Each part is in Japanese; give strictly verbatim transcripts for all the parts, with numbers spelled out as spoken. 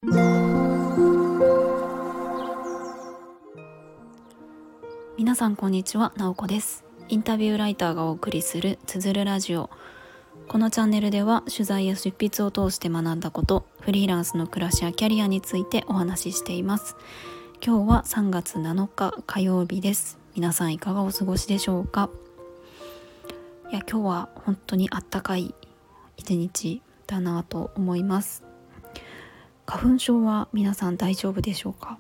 皆さんこんにちは、なおこです。インタビューライターがお送りするつづるラジオ。このチャンネルでは取材や執筆を通して学んだこと、フリーランスの暮らしやキャリアについてお話ししています。今日はさんがつなのか火曜日です。皆さんいかがお過ごしでしょうか。いや今日は本当にあったかい一日だなと思います。花粉症は皆さん大丈夫でしょうか。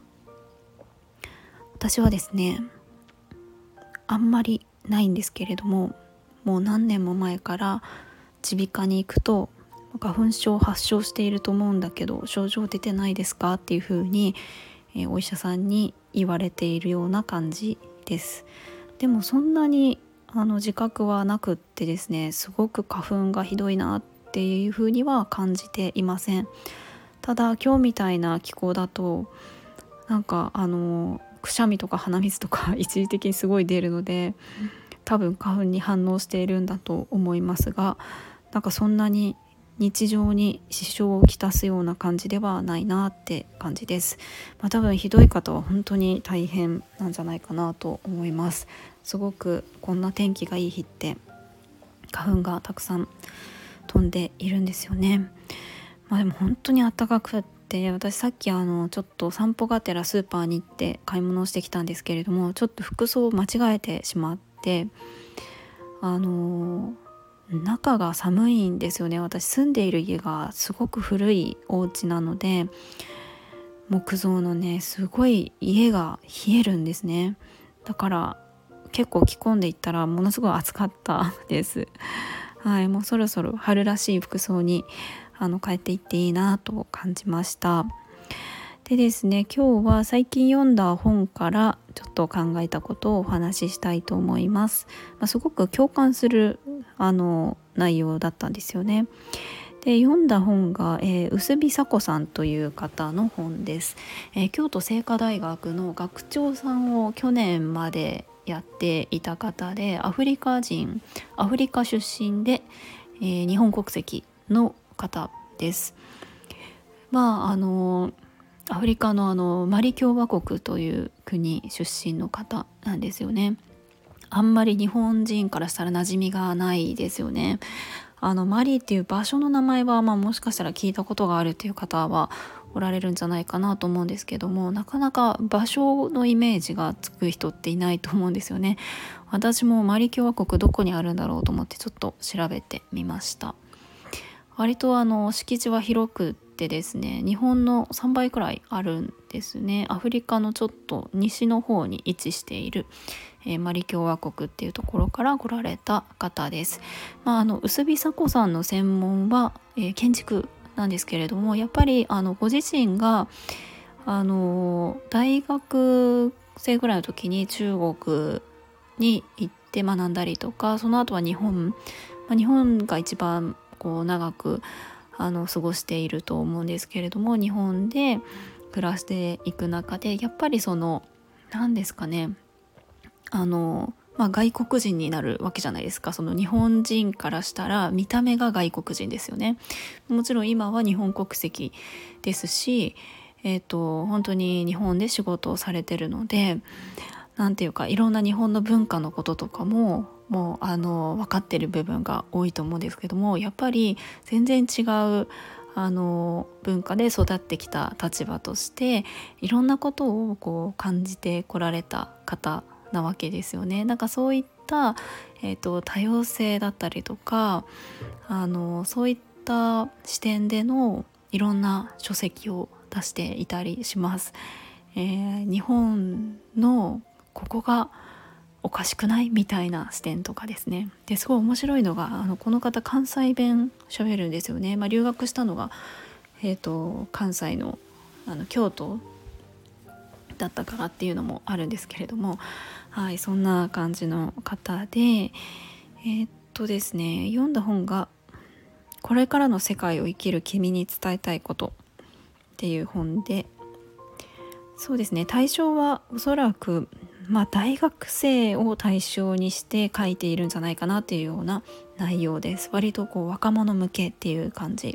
私はですねあんまりないんですけれども、もう何年も前から耳鼻科に行くと花粉症発症していると思うんだけど症状出てないですかっていう風に、えー、お医者さんに言われているような感じです。でもそんなにあの自覚はなくってですね、すごく花粉がひどいなっていう風には感じていません。ただ今日みたいな気候だとなんかあのくしゃみとか鼻水とか一時的にすごい出るので、多分花粉に反応しているんだと思いますが、なんかそんなに日常に支障をきたすような感じではないなって感じです。まあ、多分ひどい方は本当に大変なんじゃないかなと思います。すごくこんな天気がいい日って花粉がたくさん飛んでいるんですよね。まあでも本当に暖かくて、で私さっきあのちょっと散歩がてらスーパーに行って買い物をしてきたんですけれども、ちょっと服装を間違えてしまって、あの中が寒いんですよね。私住んでいる家がすごく古いお家なので、木造のねすごい家が冷えるんですね。だから結構着込んでいったらものすごい暑かったです。はい、もうそろそろ春らしい服装にあの変えていっていいなと感じました。でですね、今日は最近読んだ本からちょっと考えたことをお話ししたいと思います。まあ、すごく共感するあの内容だったんですよね。で読んだ本が、えー、薄日紗子さんという方の本です。えー、京都精華大学の学長さんを去年までやっていた方で、アフリカ人アフリカ出身で、えー、日本国籍の方です。まああのアフリカのあのマリ共和国という国出身の方なんですよね。あんまり日本人からしたら馴染みがないですよね。あのマリっていう場所の名前は、まあ、もしかしたら聞いたことがあるっていう方はおられるんじゃないかなと思うんですけども、なかなか場所のイメージがつく人っていないと思うんですよね。私もマリ共和国どこにあるんだろうと思ってちょっと調べてみました。割とあの敷地は広くってですね、日本のさんばいくらいあるんですね。アフリカのちょっと西の方に位置している、えー、マリ共和国っていうところから来られた方です。まあ、あの薄日紗子さんの専門は、えー、建築なんですけれども、やっぱりあのご自身があの大学生ぐらいの時に中国に行って学んだりとか、その後は日本、まあ、日本が一番こう長くあの過ごしていると思うんですけれども、日本で暮らしていく中でやっぱりその何ですかね、あの、まあ、外国人になるわけじゃないですか。その日本人からしたら見た目が外国人ですよね。もちろん今は日本国籍ですし、えーと、本当に日本で仕事をされてるので、なんていうかいろんな日本の文化のこととかももうあの分かってる部分が多いと思うんですけども、やっぱり全然違うあの文化で育ってきた立場としていろんなことをこう感じてこられた方なわけですよね。なんかそういった、えーと、多様性だったりとか、あのそういった視点でのいろんな書籍を出していたりします。えー、日本のここがおかしくないみたいな視点とかですね。ですごい面白いのが、あのこの方関西弁喋るんですよね。まあ、留学したのが、えーと、関西の、あの京都だったからっていうのもあるんですけれども、はい、そんな感じの方で、えー、っとですね読んだ本がこれからの世界を生きる君に伝えたいことっていう本で、そうですね、対象はおそらく、まあ、大学生を対象にして書いているんじゃないかなっていうような内容です。割とこう若者向けっていう感じ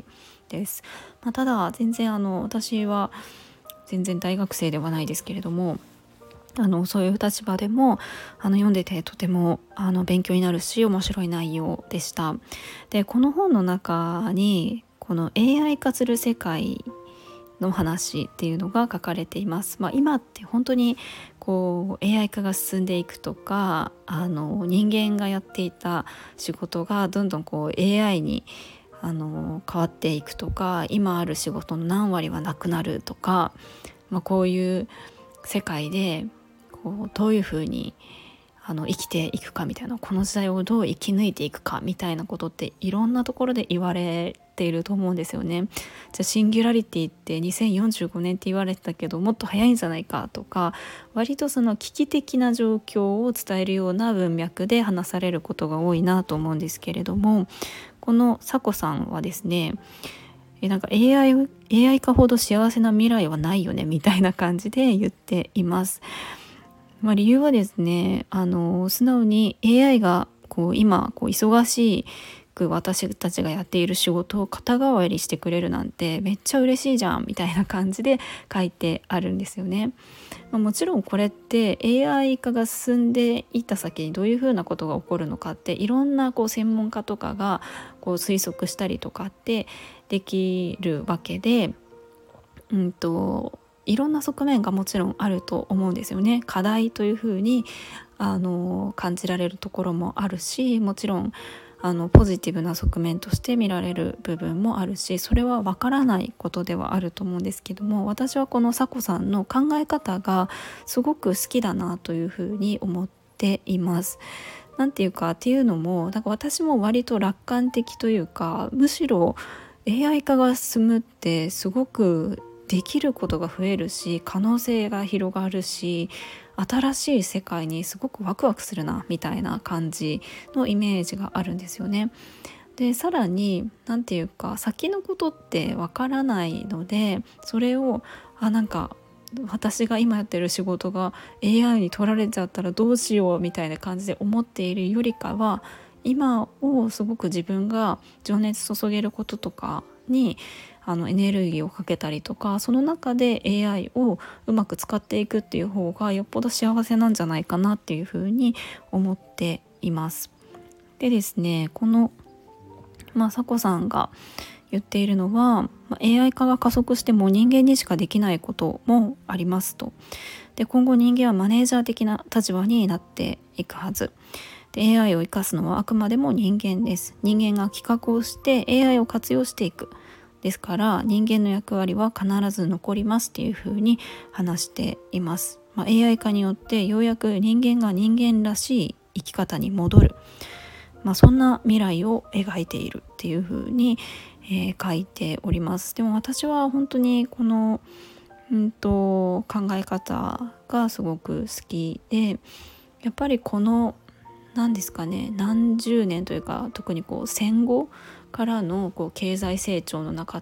です。まあ、ただ全然あの私は全然大学生ではないですけれども、あのそういう立場でもあの読んでてとてもあの勉強になるし面白い内容でした。でこの本の中にこの エーアイ 化する世界の話っていうのが書かれています。まあ、今って本当にこう エーアイ 化が進んでいくとか、あの人間がやっていた仕事がどんどんこう エーアイ にあの変わっていくとか、今ある仕事の何割はなくなるとか、まあ、こういう世界でこうどういうふうにあの生きていくかみたいな、この時代をどう生き抜いていくかみたいなことっていろんなところで言われていると思うんですよね。じゃあシンギュラリティってにせんよんじゅうごねんって言われてたけどもっと早いんじゃないかとか、割とその危機的な状況を伝えるような文脈で話されることが多いなと思うんですけれども、このサコさんはですね、えなんか エーアイ、エーアイ 化ほど幸せな未来はないよねみたいな感じで言っています。まあ、理由はですね、あの素直に エーアイ がこう今こう忙しく私たちがやっている仕事を肩代わりしてくれるなんてめっちゃ嬉しいじゃんみたいな感じで書いてあるんですよね。まあ、もちろんこれって エーアイ 化が進んでいった先にどういうふうなことが起こるのかっていろんなこう専門家とかがこう推測したりとかってできるわけで、うんといろんな側面がもちろんあると思うんですよね。課題というふうにあの感じられるところもあるし、もちろんあのポジティブな側面として見られる部分もあるし、それはわからないことではあると思うんですけども、私はこのサコさんの考え方がすごく好きだなというふうに思っています。なんていうかっていうのも、なんか私も割と楽観的というか、むしろ エーアイ 化が進むってすごくできることが増えるし、可能性が広がるし、新しい世界にすごくワクワクするなみたいな感じのイメージがあるんですよね。でさらに何ていうか先のことってわからないので、それをあなんか私が今やってる仕事が エーアイ に取られちゃったらどうしようみたいな感じで思っているよりかは、今をすごく自分が情熱注げることとかにあのエネルギーをかけたりとか、その中で エーアイ をうまく使っていくっていう方がよっぽど幸せなんじゃないかなっていうふうに思っています。でですね、このまあ、サコさんが言っているのは、まあ、エーアイ 化が加速しても人間にしかできないこともありますと。で今後人間はマネージャー的な立場になっていくはずで、 エーアイ を生かすのはあくまでも人間です。人間が企画をして エーアイ を活用していく。ですから人間の役割は必ず残りますっていうふうに話しています。まあ、エーアイ 化によってようやく人間が人間らしい生き方に戻る、まあ、そんな未来を描いているっていうふうに、えー、書いております。でも私は本当にこの、うんと、考え方がすごく好きで、やっぱりこの何ですかね、何十年というか特にこう戦後からのこう経済成長の中って、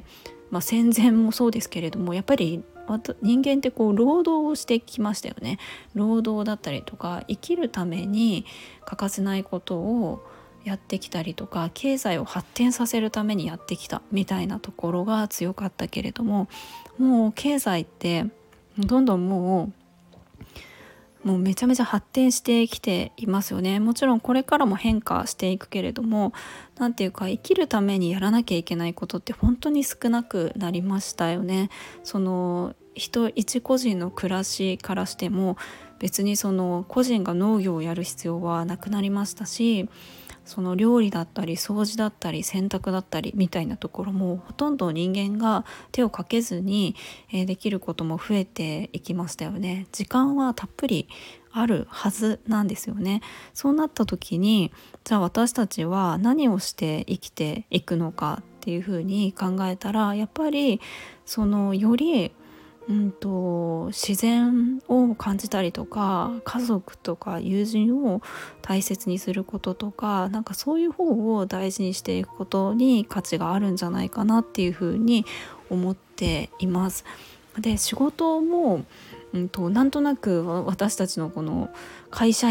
まあ、戦前もそうですけれども、やっぱり人間ってこう労働をしてきましたよね。労働だったりとか生きるために欠かせないことをやってきたりとか、経済を発展させるためにやってきたみたいなところが強かったけれども、もう経済ってどんどんもうもうめちゃめちゃ発展してきていますよね。もちろんこれからも変化していくけれども、なんていうか生きるためにやらなきゃいけないことって本当に少なくなりましたよね。その人一個人の暮らしからしても別にその個人が農業をやる必要はなくなりましたし、その料理だったり掃除だったり洗濯だったりみたいなところもほとんど人間が手をかけずに、えー、できることも増えていきましたよね。時間はたっぷりあるはずなんですよね。そうなった時にじゃあ私たちは何をして生きていくのかっていうふうに考えたら、やっぱりそのよりうんと自然を感じたりとか、家族とか友人を大切にすることとか、なんかそういう方を大事にしていくことに価値があるんじゃないかなっていうふうに思っています。で仕事も、うんと、なんとなく私たちのこの会社員って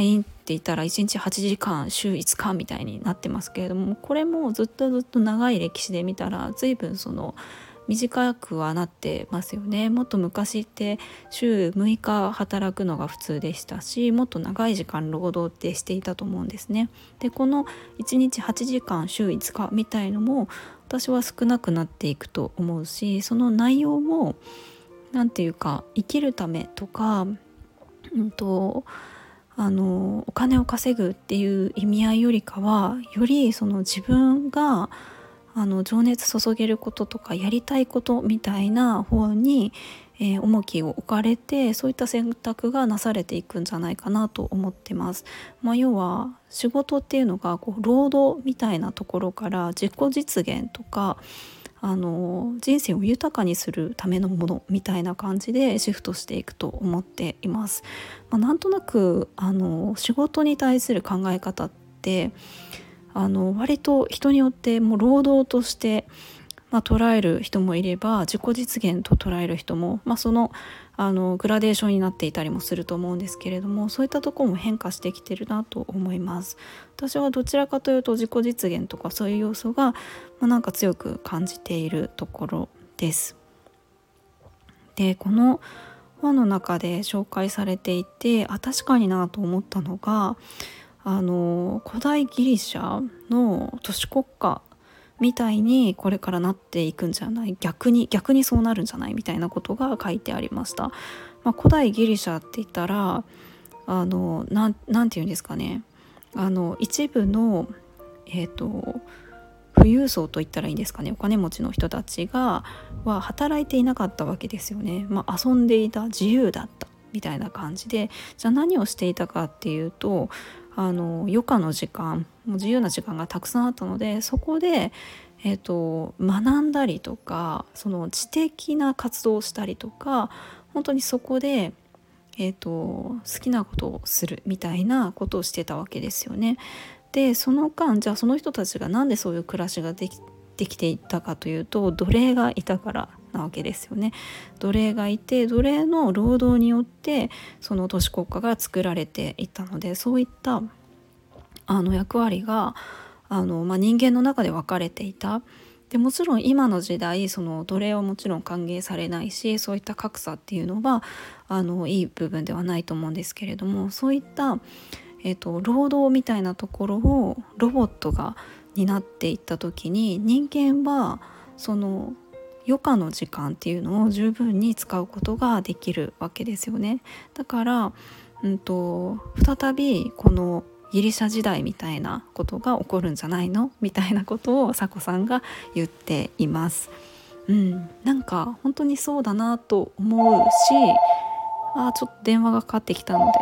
言ったらいちにちはちじかん週いつかみたいになってますけれども、これもずっとずっと長い歴史で見たら随分その短くはなってますよね。もっと昔って週むいか働くのが普通でしたし、もっと長い時間労働ってしていたと思うんですね。でこのいちにちはちじかん週いつかみたいのも私は少なくなっていくと思うし、その内容もなんていうか生きるためとか、うんとあのお金を稼ぐっていう意味合いよりかは、よりその自分があの情熱注げることとかやりたいことみたいな方に、えー重きを置かれて、そういった選択がなされていくんじゃないかなと思ってます。まあ、要は仕事っていうのがこう労働みたいなところから自己実現とかあの人生を豊かにするためのものみたいな感じでシフトしていくと思っています。まあ、なんとなくあの仕事に対する考え方ってあの割と人によってもう労働として、まあ、捉える人もいれば自己実現と捉える人も、まあ、その、あのグラデーションになっていたりもすると思うんですけれども、そういったところも変化してきてるなと思います。私はどちらかというと自己実現とかそういう要素が、まあ、なんか強く感じているところです。でこの本の中で紹介されていて、あ確かになと思ったのが、あの古代ギリシャの都市国家みたいにこれからなっていくんじゃない、逆に逆にそうなるんじゃないみたいなことが書いてありました。まあ、古代ギリシャって言ったらあのなん、なんていうんですかね、あの一部の、えーと、富裕層と言ったらいいんですかね、お金持ちの人たちがは働いていなかったわけですよね。まあ、遊んでいた、自由だったみたいな感じで、じゃあ何をしていたかっていうと、あの余暇の時間、もう自由な時間がたくさんあったので、そこで、えーと、学んだりとか、その知的な活動をしたりとか、本当にそこで、えーと、好きなことをするみたいなことをしてたわけですよね。でその間、じゃあその人たちがなんでそういう暮らしができできていったかというと、奴隷がいたからなわけですよね。奴隷がいて、奴隷の労働によってその都市国家が作られていったので、そういったあの役割があの、まあ、人間の中で分かれていた。でもちろん今の時代その奴隷はもちろん歓迎されないし、そういった格差っていうのはあのいい部分ではないと思うんですけれども、そういった、えーと、労働みたいなところをロボットが担っていった時に、人間はその余暇の時間っていうのを十分に使うことができるわけですよね。だから、うんと、再びこのギリシャ時代みたいなことが起こるんじゃないのみたいなことをサコさんが言っています。うん、なんか本当にそうだなと思うし、あちょっと電話がかかってきたので、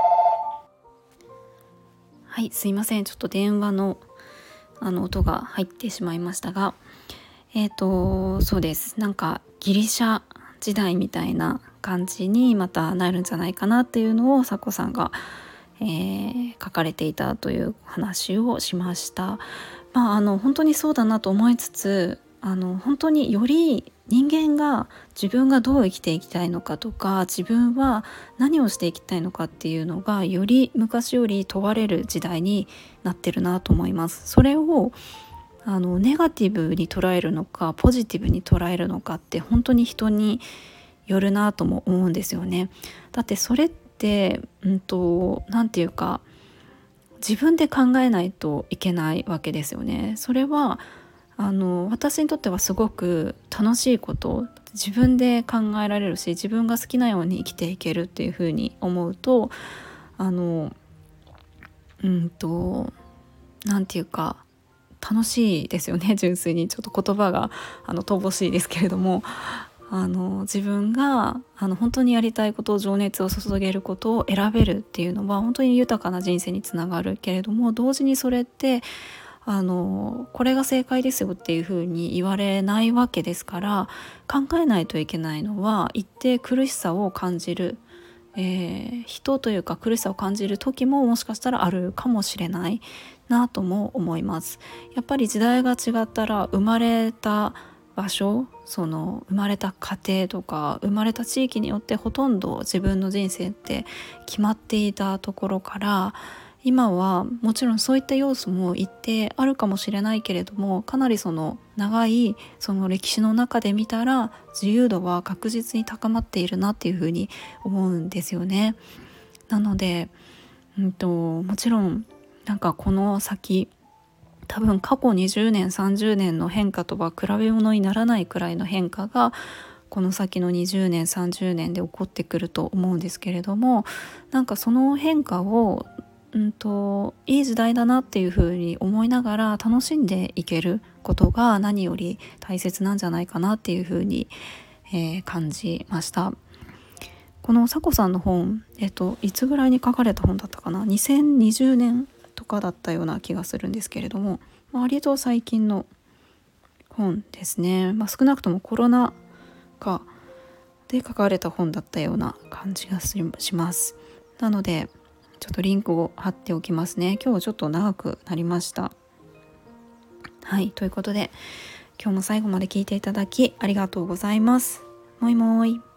はいすいません、ちょっと電話のあの音が入ってしまいましたが、えっとそうです、なんかギリシャ時代みたいな感じにまたなるんじゃないかなっていうのをサコさんがえー、書かれていたという話をしました。まあ、あの本当にそうだなと思いつつ、あの本当により人間が自分がどう生きていきたいのかとか、自分は何をしていきたいのかっていうのがより昔より問われる時代になってるなと思います。それをあのネガティブに捉えるのかポジティブに捉えるのかって本当に人によるなとも思うんですよね。だってそれってで、うんと、なんていうか自分で考えないといけないわけですよね。それはあの私にとってはすごく楽しいこと、自分で考えられるし、自分が好きなように生きていけるっていうふうに思うと、あのうんとなんていうか楽しいですよね。純粋にちょっと言葉があの乏しいですけれども、あの自分があの本当にやりたいことを、情熱を注げることを選べるっていうのは本当に豊かな人生につながるけれども、同時にそれってあのこれが正解ですよっていうふうに言われないわけですから、考えないといけないのは一定苦しさを感じる、えー、人というか苦しさを感じる時ももしかしたらあるかもしれないなとも思います。やっぱり時代が違ったら生まれた場所、その生まれた家庭とか生まれた地域によってほとんど自分の人生って決まっていたところから、 今はもちろんそういった要素も一定あるかもしれないけれども、かなりその長いその歴史の中で見たら自由度は確実に高まっているなっていうふうに思うんですよね。なので、うんと、もちろんなんかこの先多分過去にじゅうねんさんじゅうねんの変化とは比べ物にならないくらいの変化がこの先のにじゅうねんさんじゅうねんで起こってくると思うんですけれども、なんかその変化をうんといい時代だなっていうふうに思いながら楽しんでいけることが何より大切なんじゃないかなっていうふうに、えー感じました。このさこさんの本、えっと、いつぐらいに書かれた本だったかな、にせんにじゅうねんとかだったような気がするんですけれども、割と最近の本ですね。まあ、少なくともコロナ禍で書かれた本だったような感じがします。なのでちょっとリンクを貼っておきますね。今日はちょっと長くなりました。はい、ということで今日も最後まで聞いていただきありがとうございます。もいもーい。